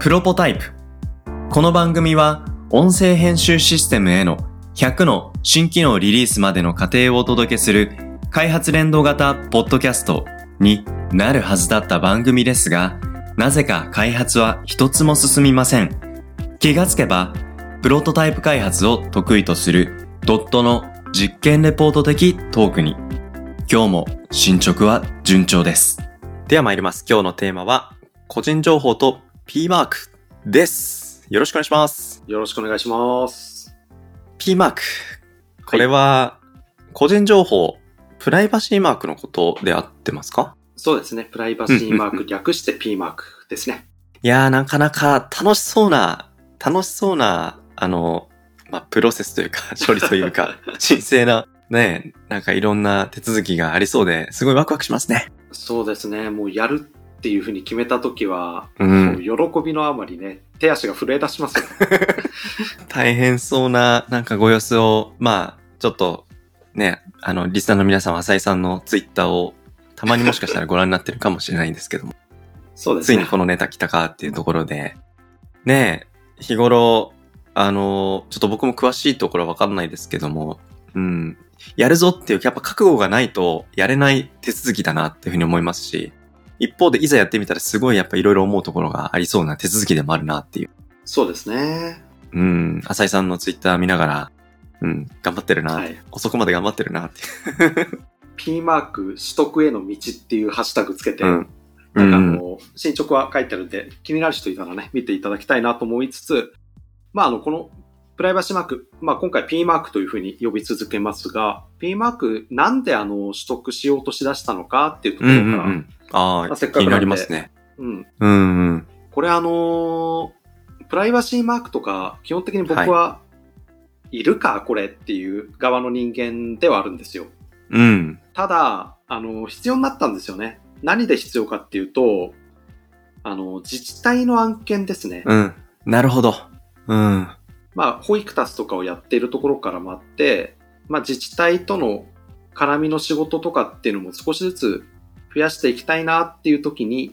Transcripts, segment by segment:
プロポタイプ。この番組は音声編集システムへの100の新機能リリースまでの過程をお届けする開発連動型ポッドキャストになるはずだった番組ですが、なぜか開発は一つも進みません。気がつけばプロトタイプ開発を得意とするドットの実験レポート的トークに、今日も進捗は順調です。では参ります。今日のテーマは個人情報と P マークです。よろしくお願いします。 よろしくお願いします。 P マーク。これは個人情報、プライバシーマークのことで合ってますか？ そうですね。プライバシーマーク略して P マークですね。 いやー、なかなか楽しそうな、プロセスというか、処理というか、神聖な、ね、なんかいろんな手続きがありそうで、すごいワクワクしますね。 そうですね。もうやるっていう風に決めたときは、 喜喜びのあまりね、手足が震え出しますよ。 大変そうな、なんかご様子を、ちょっと、ね、リスナーの皆さんは浅井さんのツイッターを、たまにもしかしたらご覧になってるかもしれないんですけども。 そうですね。 ついにこのネタ来たかっていうところで、ね、日頃、ちょっと僕も詳しいところはわかんないですけども、やるぞっていうやっぱ覚悟がないとやれない手続きだなっていうふうに思いますし、一方でいざやってみたらすごいやっぱいろいろ思うところがありそうな手続きでもあるなっていう。 そうですね。 浅井さんのツイッター見ながら、頑張ってるな、 はい、 遅くまで頑張ってるなっていう。 P マーク取得への道っていうハッシュタグつけて、なんか進捗は書いてあるんで、気になる人いたらね、見ていただきたいなと思いつつ、このプライバシーマーク、今回 P マークというふうに呼び続けますが、P マークなんで取得しようとしだしたのかっていうところから、せっかくなんで気になりますね。 これプライバシーマークとか、基本的に僕は、いるかこれっていう側の人間ではあるんですよ。ただ、必要になったんですよね。何で必要かっていうと、自治体の案件ですね。 なるほど。 保育タスとかをやっているところからもあって、自治体との絡みの仕事とかっていうのも少しずつ増やしていきたいなっていう時に、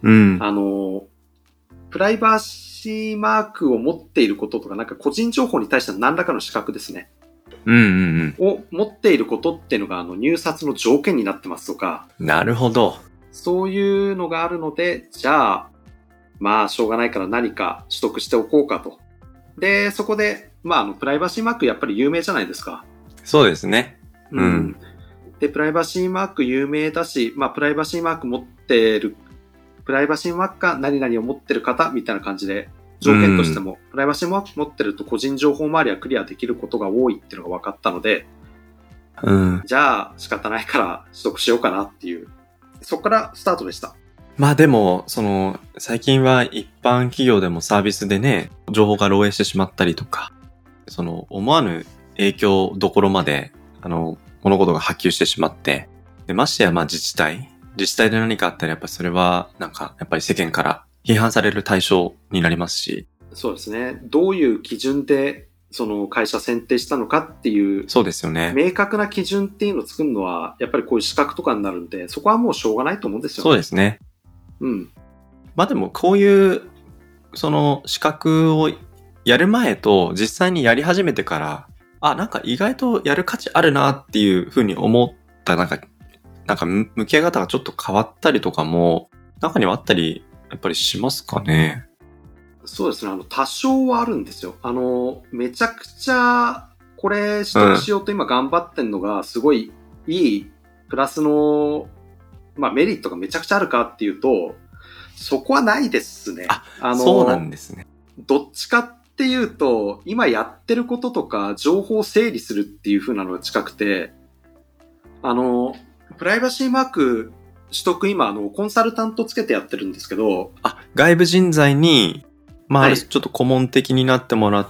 プライバシーマークを持っていることとか、なんか個人情報に対しての何らかの資格ですね。を持っていることっていうのが入札の条件になってますとか。 なるほど。 そういうのがあるので、じゃあ、しょうがないから何か取得しておこうかと。で、そこで、プライバシーマークやっぱり有名じゃないですか。 そうですね。 で、プライバシーマーク有名だし、プライバシーマーク持ってる、プライバシーマークか何々を持ってる方みたいな感じで、条件としても、プライバシーマーク持ってると個人情報周りはクリアできることが多いっていうのが分かったので、じゃあ仕方ないから取得しようかなっていう、そこからスタートでした。 でも、最近は一般企業でもサービスでね、情報が漏洩してしまったりとか、思わぬ影響どころまで、物事が波及してしまって、で、ましてや自治体で何かあったらやっぱそれは、なんか、やっぱり世間から批判される対象になりますし。 そうですね。どういう基準で、会社選定したのかっていう。 そうですよね。 明確な基準っていうのを作るのは、やっぱりこういう資格とかになるんで、そこはもうしょうがないと思うんですよね。 そうですね。でもこういう、資格をやる前と実際にやり始めてから、なんか意外とやる価値あるなっていうふうに思った、なんか向き合い方がちょっと変わったりとかも、中にはあったり、やっぱりしますかね。 そうですね。多少はあるんですよ。めちゃくちゃ、これ取得しようと今頑張ってんのが、すごいいい、プラスの、メリットがめちゃくちゃあるかっていうと、そこはないですね。 そうなんですね。 どっちかっていうと、今やってることとか、情報を整理するっていう風なのが近くて、プライバシーマーク取得今、コンサルタントつけてやってるんですけど。 外部人材に、ある種ちょっと顧問的になってもらって、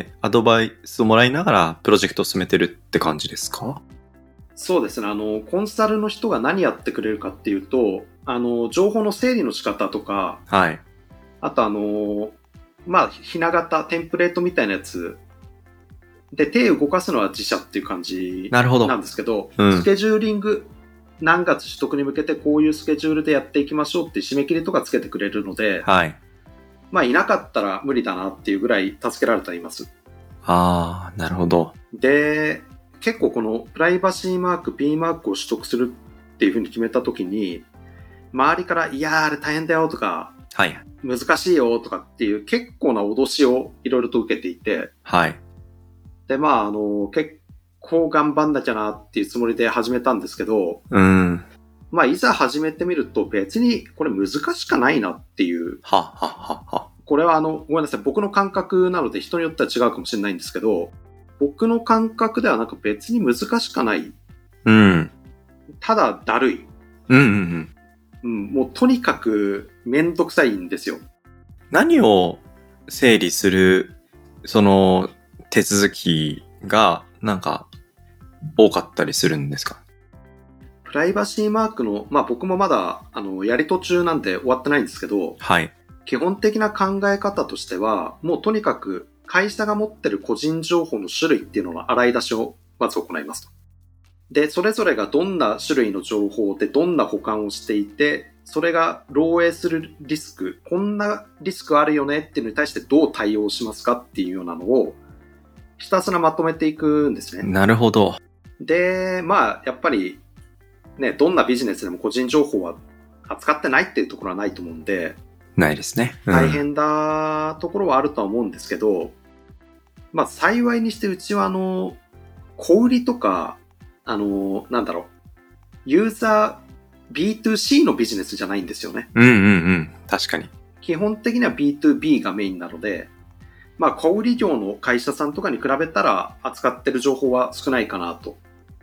アドバイスをもらいながらプロジェクトを進めてるって感じですか？ そうですね。コンサルの人が何やってくれるかっていうと、情報の整理の仕方とか、あとひな形、テンプレートみたいなやつで、手を動かすのは自社っていう感じなんですけど、スケジューリング、何月取得に向けてこういうスケジュールでやっていきましょうって締め切りとかつけてくれるので、 まあいなかったら無理だなっていうぐらい助けられています。 ああ、なるほど。 で、結構このプライバシーマーク、P マークを取得するっていうふうに決めたときに、周りから、いやーあれ大変だよとか、 はい。 難しいよとかっていう結構な脅しをいろいろと受けていて、 はい。 で、まあ結構頑張んなきゃなっていうつもりで始めたんですけど、 うん。 まあいざ始めてみると別にこれ難しかないなっていう。 はははは。 これはごめんなさい、僕の感覚なので人によっては違うかもしれないんですけど、僕の感覚ではなんか別に難しかない。 うん。 ただだるい。 うんうんうん。 うん、もうとにかくめんどくさいんですよ。 何を整理する、その手続きがなんか多かったりするんですか？ プライバシーマークの、まあ僕もまだやり途中なんで終わってないんですけど、 はい。 基本的な考え方としては、もうとにかく会社が持ってる個人情報の種類っていうのの洗い出しをまず行いますと。で、それぞれがどんな種類の情報でどんな保管をしていて、それが漏洩するリスク、こんなリスクあるよねっていうのに対してどう対応しますかっていうようなのをひたすらまとめていくんですね。 なるほど。 で、まあ、やっぱりね、どんなビジネスでも個人情報は扱ってないっていうところはないと思うんで、 ないですね。 大変だところはあるとは思うんですけど、まあ幸いにしてうちは小売りとか、なんだろう、ユーザー B2C のビジネスじゃないんですよね。 うんうんうん。確かに。 基本的には B2B がメインなので、まあ小売業の会社さんとかに比べたら扱ってる情報は少ないかなと。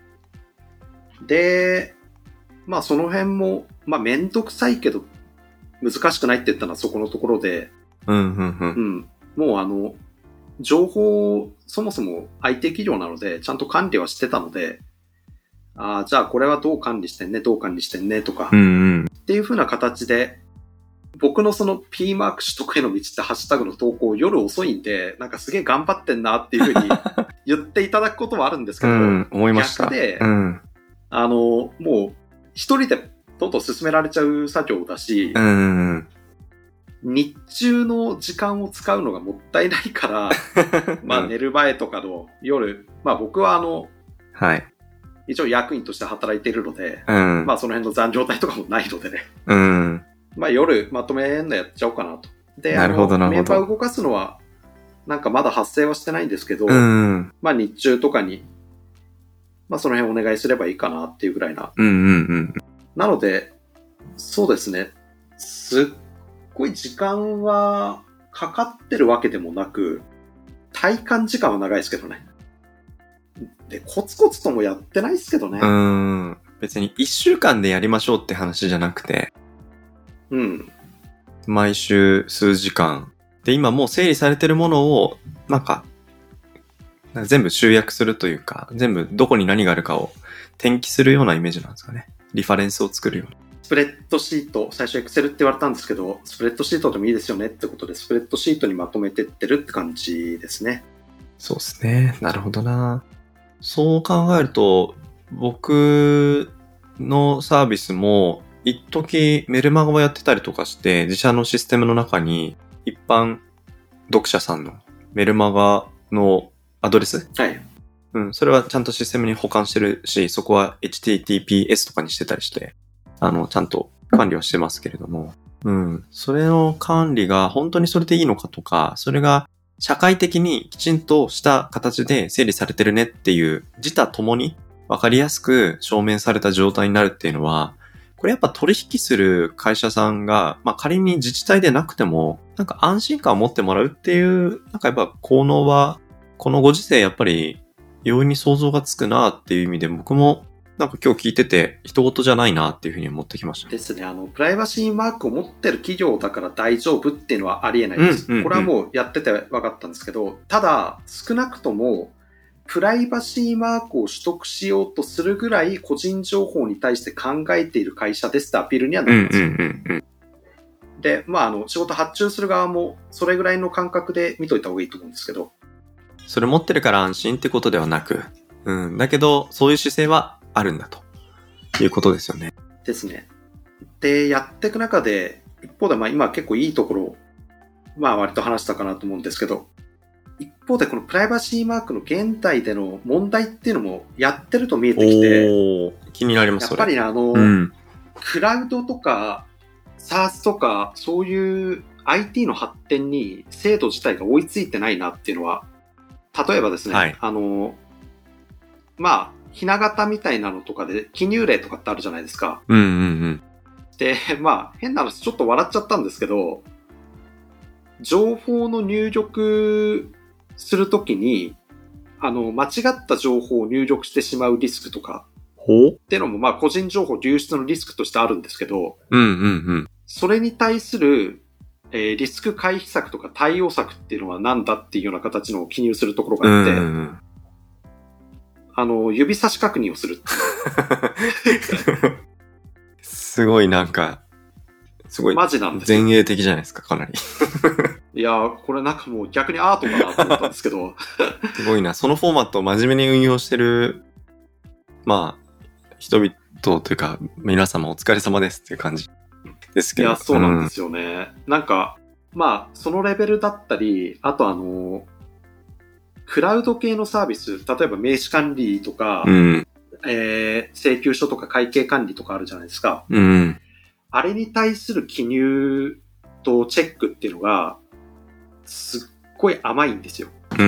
で、まあその辺も、まあめんどくさいけど難しくないって言ったのはそこのところで、 うんうんうん。 うん。もう情報、そもそも IT 企業なので、ちゃんと管理はしてたので、じゃあこれはどう管理してんね、どう管理してんね、とか、 うんうん。 っていう風な形で、僕のその P マーク取得への道ってハッシュタグの投稿夜遅いんで、なんかすげえ頑張ってんなっていう風に言っていただくことはあるんですけど、 思いました。 逆で、 うん。 もう一人でどんどん進められちゃう作業だし、日中の時間を使うのがもったいないから、まあ寝る前とかの夜、まあ僕ははい。 一応役員として働いているので、 うん。 まあその辺の残業代とかもないのでね。 うん。 まあ夜まとめんのやっちゃおうかなと。で、 なるほどなるほど。 メンバー動かすのは、なんかまだ発生はしてないんですけど、 うん。 まあ日中とかに、まあその辺お願いすればいいかなっていうぐらいな。 うんうんうん。 なので、そうですね。すっごい時間はかかってるわけでもなく、体感時間は長いですけどね。で、コツコツともやってないですけどね。 別に1週間でやりましょうって話じゃなくて、 うん。 毎週数時間。で、今もう整理されてるものを、なんか全部集約するというか、全部どこに何があるかを転記するようなイメージなんですかね。リファレンスを作るような。 スプレッドシート、最初エクセルって言われたんですけど、スプレッドシートでもいいですよねってことで、スプレッドシートにまとめてってるって感じですね。 そうですね。なるほどな。そう考えると、僕のサービスも、一時メルマガをやってたりとかして、自社のシステムの中に一般読者さんのメルマガのアドレス、 はい。 うん、それはちゃんとシステムに保管してるし、そこは HTTPS とかにしてたりして、ちゃんと管理はしてますけれども、うん、それの管理が本当にそれでいいのかとか、それが社会的にきちんとした形で整理されてるねっていう自他ともに分かりやすく証明された状態になるっていうのは、これやっぱ取引する会社さんが、まあ仮に自治体でなくても、なんか安心感を持ってもらうっていう、なんかやっぱ効能は、このご時世やっぱり容易に想像がつくなっていう意味で僕もなんか今日聞いてて人事じゃないなっていうふうに思ってきました。 ですね。プライバシーマークを持ってる企業だから大丈夫っていうのはありえないです。これはもうやってて分かったんですけど、ただ少なくともプライバシーマークを取得しようとするぐらい個人情報に対して考えている会社ですってアピールにはなります。で、まあ仕事発注する側もそれぐらいの感覚で見といた方がいいと思うんですけど。 それ持ってるから安心ってことではなく、だけどそういう姿勢はあるんだということですよね。 ですね。で、やっていく中で、一方でまあ今結構いいところまあ割と話したかなと思うんですけど、一方でこのプライバシーマークの現代での問題っていうのもやってると見えてきて、 気になります。 やっぱりね、 うんクラウドとか SaaS とかそういう IT の発展に制度自体が追いついてないなっていうのは、例えばですね、 はい、 まあ、ひな形みたいなのとかで記入例とかってあるじゃないですか。 うんうんうん。 で、まあ、変な話、ちょっと笑っちゃったんですけど、情報の入力するときに、間違った情報を入力してしまうリスクとかっていうのも、まあ、個人情報流出のリスクとしてあるんですけど、 うんうんうん。 それに対する、リスク回避策とか対応策っていうのは何だっていうような形のを記入するところがあって、指差し確認をする。 すごいなんか、すごいマジなんですよ。 前衛的じゃないですか、かなり。 いやー、これなんかもう逆にアートかなと思ったんですけど。 すごいな。そのフォーマットを真面目に運用してる、まあ、人々というか、皆様お疲れ様ですっていう感じですけど。 いや、そうなんですよね。なんか、まあ、そのレベルだったり、あとクラウド系のサービス、例えば名刺管理とか、請求書とか会計管理とかあるじゃないですか。あれに対する記入とチェックっていうのが、すっごい甘いんですよ。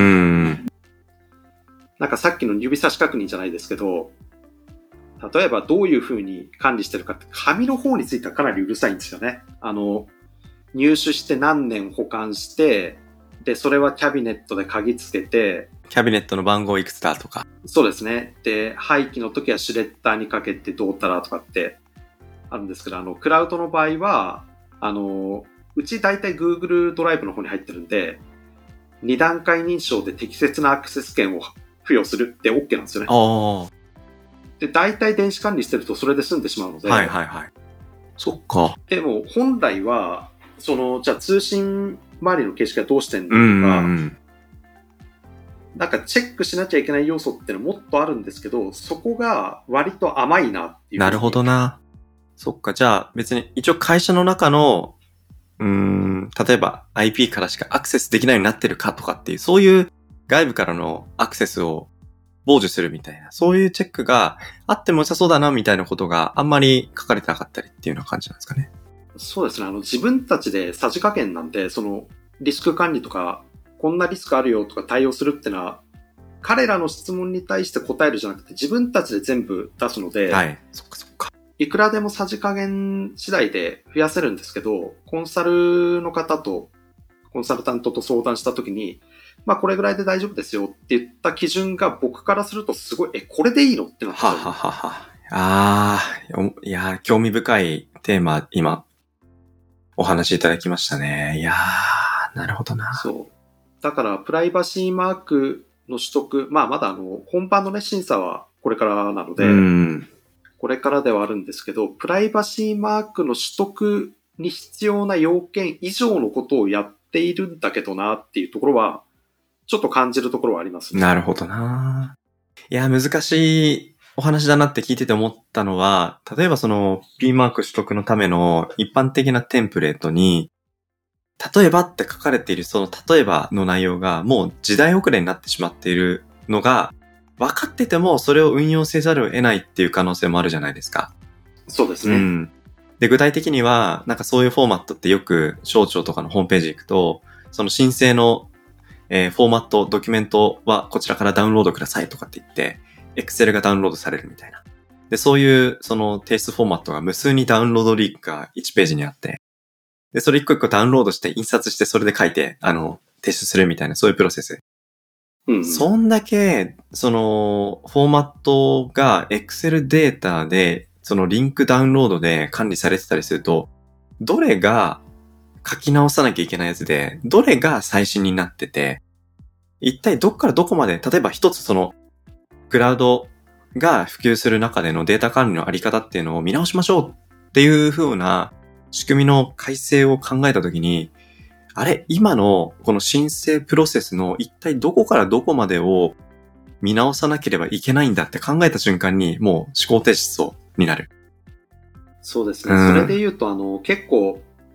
なんかさっきの指差し確認じゃないですけど、例えばどういう風に管理してるかって、紙の方についてはかなりうるさいんですよね。入手して何年保管して、で、それはキャビネットで鍵つけて、 キャビネットの番号いくつだとか。 そうですね。で、廃棄の時はシュレッダーにかけてどうたらとかってあるんですけど、クラウドの場合は、うち大体 Google ドライブの方に入ってるんで、2段階認証で適切なアクセス権を付与するって OK なんですよね。で、大体電子管理してるとそれで済んでしまうので。 はいはいはい。そっか。 でも、本来は、じゃあ通信周りの形式はどうしてんのとか、なんかチェックしなきゃいけない要素ってのはもっとあるんですけど、そこが割と甘いなっていう。 なるほどな。そっか、じゃあ別に一応会社の中の、例えば IP からしかアクセスできないようになってるかとかっていう、そういう外部からのアクセスを傍受するみたいな、そういうチェックがあっても良さそうだなみたいなことがあんまり書かれてなかったりっていうような感じなんですかね。 そうですね。自分たちでさじ加減なんで、リスク管理とか、こんなリスクあるよとか対応するってのは、彼らの質問に対して答えるじゃなくて、自分たちで全部出すので、 はい。そっかそっか。 いくらでもさじ加減次第で増やせるんですけど、コンサルの方と、コンサルタントと相談したときに、まあこれぐらいで大丈夫ですよって言った基準が僕からするとすごい、これでいいのってなっちゃう。 はははは。いやー、興味深いテーマ、今、お話しいただきましたね。いやー、なるほどな。 そう。だから、プライバシーマークの取得、まあまだ本番のね、審査はこれからなので、これからではあるんですけど、プライバシーマークの取得に必要な要件以上のことをやっているんだけどなっていうところは、ちょっと感じるところはありますね。 なるほどな。いや、難しいお話だなって聞いてて思ったのは、例えばP マーク取得のための一般的なテンプレートに、例えばって書かれている例えばの内容がもう時代遅れになってしまっているのが、分かっててもそれを運用せざるを得ないっていう可能性もあるじゃないですか。 そうですね。 で、具体的には、なんかそういうフォーマットってよく省庁とかのホームページ行くと、その申請の、フォーマット、ドキュメントはこちらからダウンロードくださいとかって言って、Excel がダウンロードされるみたいな。で、そういう提出フォーマットが無数にダウンロードリンクが1ページにあって、で、それ一個一個ダウンロードして印刷してそれで書いて、提出するみたいな、そういうプロセス。そんだけ、フォーマットが Excel データで、リンクダウンロードで管理されてたりすると、どれが書き直さなきゃいけないやつで、どれが最新になってて、一体どっからどこまで、例えば一つクラウドが普及する中でのデータ管理のあり方っていうのを見直しましょうっていう風な仕組みの改正を考えたときに、あれ、今のこの申請プロセスの一体どこからどこまでを見直さなければいけないんだって考えた瞬間にもう思考停止そうになる。 そうですね。それで言うと、結構、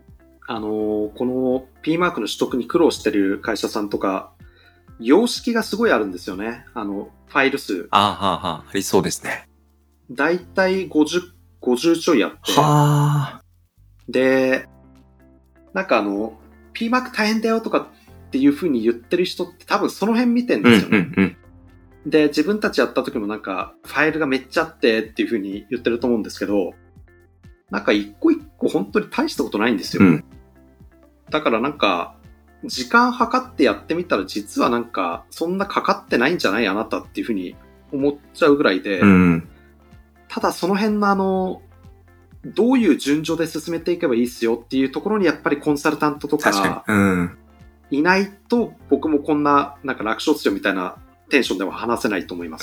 この P マークの取得に苦労してる会社さんとか、様式がすごいあるんですよね。ファイル数。 ありそうですね。 だいたい50ちょいあって。 はあ。 で、なんかP マーク大変だよとかっていう風に言ってる人って多分その辺見てんですよね。で、自分たちやった時もなんかファイルがめっちゃあってっていう風に言ってると思うんですけど、なんか一個一個本当に大したことないんですよ。だからなんか、時間計ってやってみたら実はなんか、そんなかかってないんじゃないあなたっていう風に思っちゃうぐらいで、ただその辺のどういう順序で進めていけばいいっすよっていうところにやっぱりコンサルタントとか、いないと僕もこんななんか楽勝っすよみたいなテンションでは話せないと思います。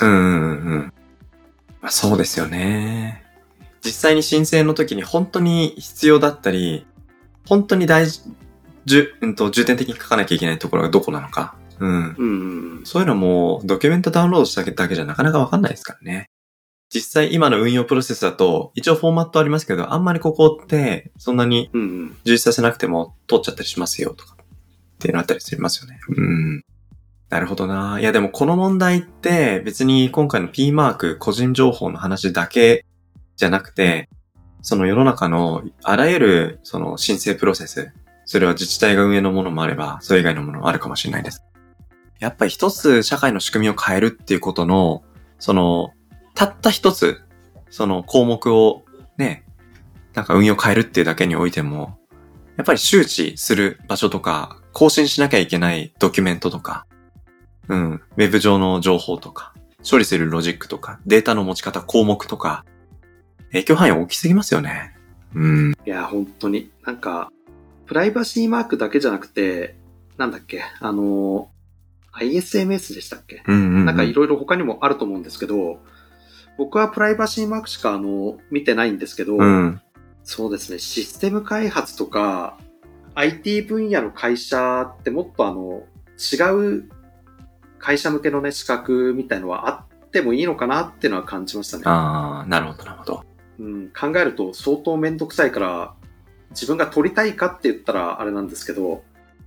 そうですよね。実際に申請の時に本当に必要だったり、本当に重点的に書かなきゃいけないところがどこなのか。そういうのもドキュメントダウンロードしただけじゃなかなかわかんないですからね。実際今の運用プロセスだと一応フォーマットありますけど、あんまりここってそんなに充実させなくても通っちゃったりしますよとかっていうのあったりしますよね。なるほどな。いやでもこの問題って別に今回の P マーク個人情報の話だけじゃなくて、その世の中のあらゆるその申請プロセス、それは自治体が運営のものもあれば、それ以外のものもあるかもしれないです。やっぱり一つ社会の仕組みを変えるっていうことの、その、たった一つ、その項目をね、なんか運用を変えるっていうだけにおいても、やっぱり周知する場所とか、更新しなきゃいけないドキュメントとか、ウェブ上の情報とか、処理するロジックとか、データの持ち方、項目とか、影響範囲大きすぎますよね。 いや、本当に。なんか、プライバシーマークだけじゃなくて、なんだっけ、ISMS でしたっけ、なんかいろいろ他にもあると思うんですけど、僕はプライバシーマークしか見てないんですけど、そうですね、システム開発とか、IT 分野の会社ってもっと違う会社向けのね、資格みたいのはあってもいいのかなっていうのは感じましたね。 なるほど、なるほど。 考えると相当めんどくさいから、自分が取りたいかって言ったらあれなんですけど、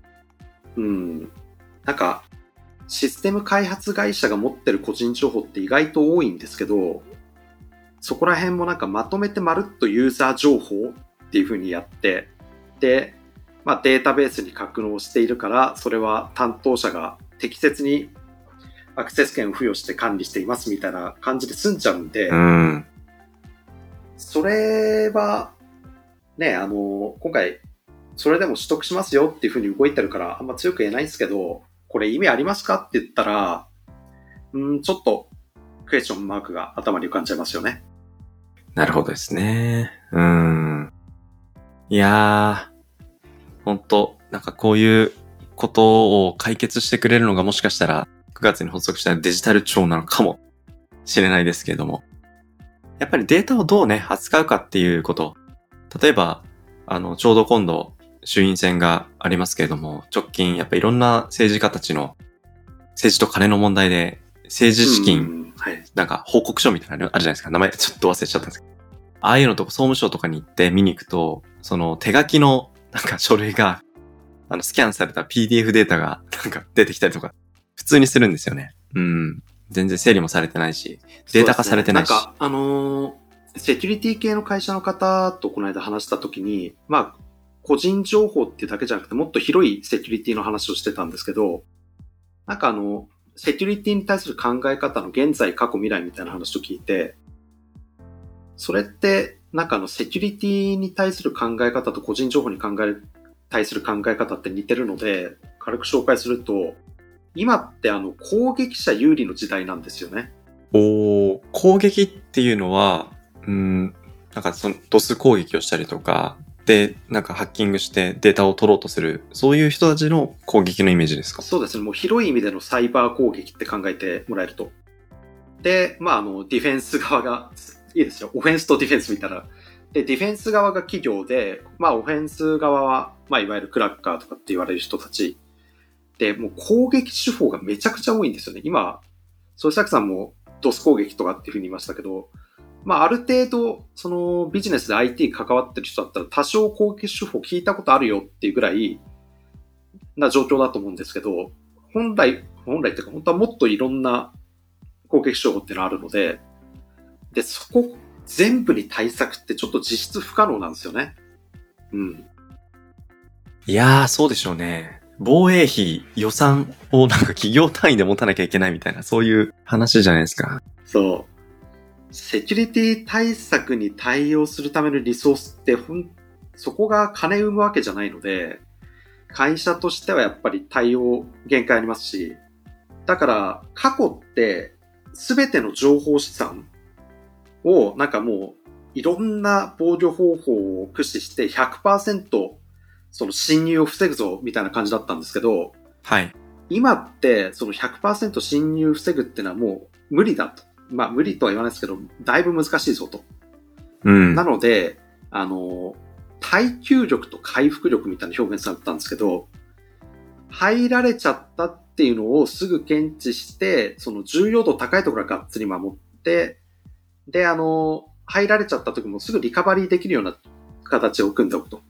なんか、システム開発会社が持ってる個人情報って意外と多いんですけど、そこら辺もなんかまとめてまるっとユーザー情報っていう風にやって、で、データベースに格納しているから、それは担当者が適切にアクセス権を付与して管理していますみたいな感じで済んじゃうんで、それは、ね、今回、それでも取得しますよっていう風に動いてるから、あんま強く言えないんですけど、これ意味ありますかって言ったら、ちょっと、クエスチョンマークが頭に浮かんじゃいますよね。 なるほどですね。いやー、本当なんかこういうことを解決してくれるのがもしかしたら9月に発足したデジタル庁なのかもしれないですけれども。やっぱりデータをどうね、扱うかっていうこと。例えば、ちょうど今度衆院選がありますけれども、直近やっぱいろんな政治家たちの政治と金の問題で政治資金、なんか報告書みたいなのあるじゃないですか。名前ちょっと忘れちゃったんですけど。ああいうのとか総務省とかに行って見に行くと、その手書きのなんか書類が、スキャンされた PDF データがなんか出てきたりとか、普通にするんですよね。全然整理もされてないし、データ化されてないし。 なんか、セキュリティ系の会社の方とこの間話したときに、個人情報っていうだけじゃなくてもっと広いセキュリティの話をしてたんですけど、なんかセキュリティに対する考え方の現在、過去、未来みたいな話を聞いて、それって、なんかセキュリティに対する考え方と個人情報に対する考え方って似てるので、軽く紹介すると、今って攻撃者有利の時代なんですよね。 攻撃っていうのは、なんかそのドス攻撃をしたりとか、で、なんかハッキングしてデータを取ろうとする、そういう人たちの攻撃のイメージですか？ そうですね。もう広い意味でのサイバー攻撃って考えてもらえると。で、ディフェンス側が、いいですよ。オフェンスとディフェンスみたいな。で、ディフェンス側が企業で、オフェンス側は、いわゆるクラッカーとかって言われる人たち。で、もう攻撃手法がめちゃくちゃ多いんですよね。今、ソイサクさんもドス攻撃とかっていうふうに言いましたけど、 まあ、ある程度、そのビジネスで IT 関わってる人だったら多少攻撃手法聞いたことあるよっていうぐらいな状況だと思うんですけど、本来っていうか本当はもっといろんな攻撃手法っていうのがあるので、で、そこ全部に対策ってちょっと実質不可能なんですよね。うん。 いやー、そうでしょうね。防衛費予算をなんか企業単位で持たなきゃいけないみたいな、そういう話じゃないですか。 そう。セキュリティ対策に対応するためのリソースってそこが金生むわけじゃないので、会社としてはやっぱり対応限界ありますし、だから過去って全ての情報資産をなんかもういろんな防御方法を駆使して 100% その侵入を防ぐぞみたいな感じだったんですけど、 はい。 今ってその 100% 侵入防ぐっていうのはもう無理だと。まあ無理とは言わないですけど、だいぶ難しいぞと。 うん。 なので、耐久力と回復力みたいな表現されてたんですけど、入られちゃったっていうのをすぐ検知して、その重要度高いところはがっつり守って、で、入られちゃった時もすぐリカバリーできるような形を組んでおくと。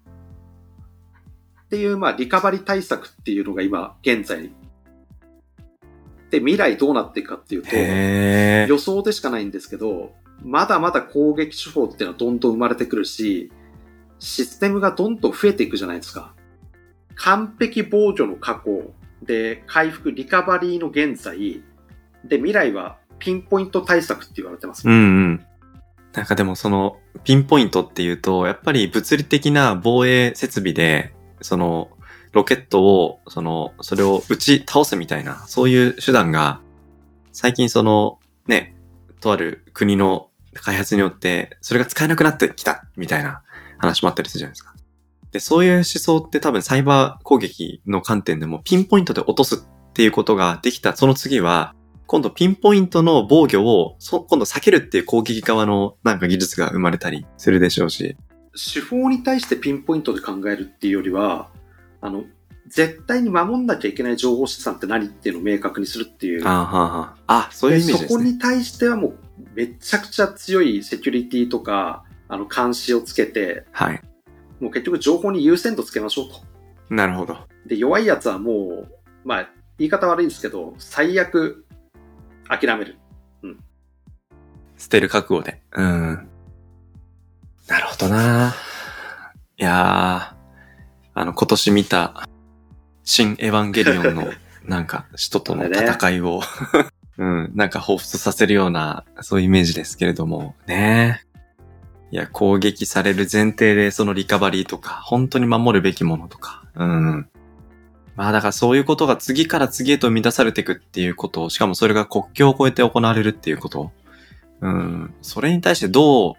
っていう、まあ、リカバリー対策っていうのが今、現在。で、未来どうなっていくかっていうと、予想でしかないんですけど、まだまだ攻撃手法っていうのはどんどん生まれてくるし、システムがどんどん増えていくじゃないですか。完璧防御の過去で、回復、リカバリーの現在で、未来はピンポイント対策って言われてます。 うんうん。なんかでもそのピンポイントっていうと、やっぱり物理的な防衛設備で、そのロケットを、それを撃ち倒すみたいな、そういう手段が、最近そのね、とある国の開発によって、それが使えなくなってきたみたいな話もあったりするじゃないですか。で、そういう思想って多分サイバー攻撃の観点でもピンポイントで落とすっていうことができた、その次は、今度ピンポイントの防御を今度避けるっていう攻撃側のなんか技術が生まれたりするでしょうし。 手法に対してピンポイントで考えるっていうよりは、絶対に守んなきゃいけない情報資産って何っていうのを明確にするっていう。 そういうイメージですね。 そこに対してはもうめちゃくちゃ強いセキュリティとか、監視をつけて、 はい。 もう結局情報に優先度つけましょうと。 なるほど。 で、弱いやつはもう、まあ、言い方悪いんですけど、最悪、諦める。うん。 捨てる覚悟で。なるほどな。いやー、今年見た、新エヴァンゲリオンの、なんか、人との戦いを、なんか彷彿とさせるような、そういうイメージですけれども、ね。いや、攻撃される前提でそのリカバリーとか、本当に守るべきものとか、まあだからそういうことが次から次へと生み出されていくっていうことを、しかもそれが国境を越えて行われるっていうこと。それに対してどう、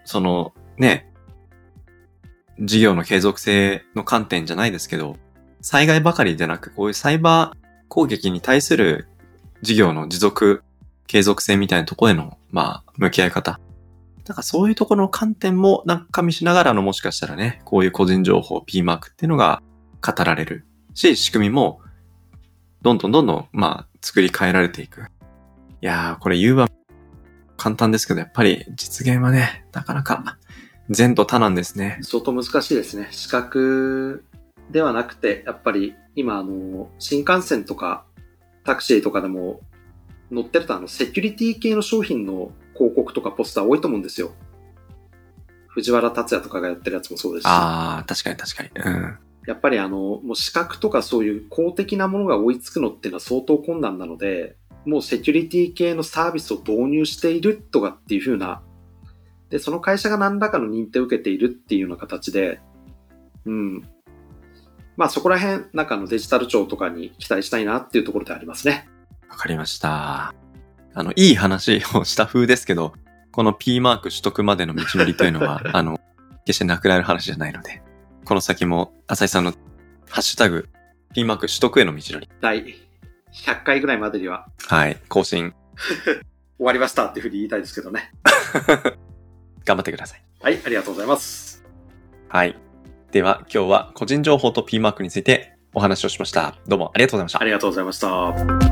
事業の継続性の観点じゃないですけど、災害ばかりでなく、こういうサイバー攻撃に対する事業の持続、継続性みたいなところへの、向き合い方。だからそういうところの観点もなんか加味しながらもしかしたらね、こういう個人情報 P マークっていうのが語られるし、仕組みもどんどん作り変えられていく。いやー、これ言うは簡単ですけど、やっぱり実現はね、なかなか前途多難ですね。 相当難しいですね。視覚ではなくて、やっぱり今新幹線とかタクシーとかでも乗ってるとセキュリティ系の商品の広告とかポスター多いと思うんですよ。藤原竜也とかがやってるやつもそうですし。 確かに。 やっぱりもう視覚とかそういう公的なものが追いつくのっていうのは相当困難なので、もうセキュリティ系のサービスを導入しているとかっていう風な、で、その会社が何らかの認定を受けているっていうような形で、そこら辺、なんかデジタル庁とかに期待したいなっていうところでありますね。 わかりました。いい話をした風ですけど、この P マーク取得までの道のりというのは、決してなくなる話じゃないので、この先も、浅井さんのハッシュタグ、P マーク取得への道のり。 第100回ぐらいまでには。 はい、更新。 終わりましたっていうふうに言いたいですけどね。 頑張ってください。 はい、ありがとうございます。 はい。では、今日は個人情報と P マークについてお話をしました。どうもありがとうございました。 ありがとうございました。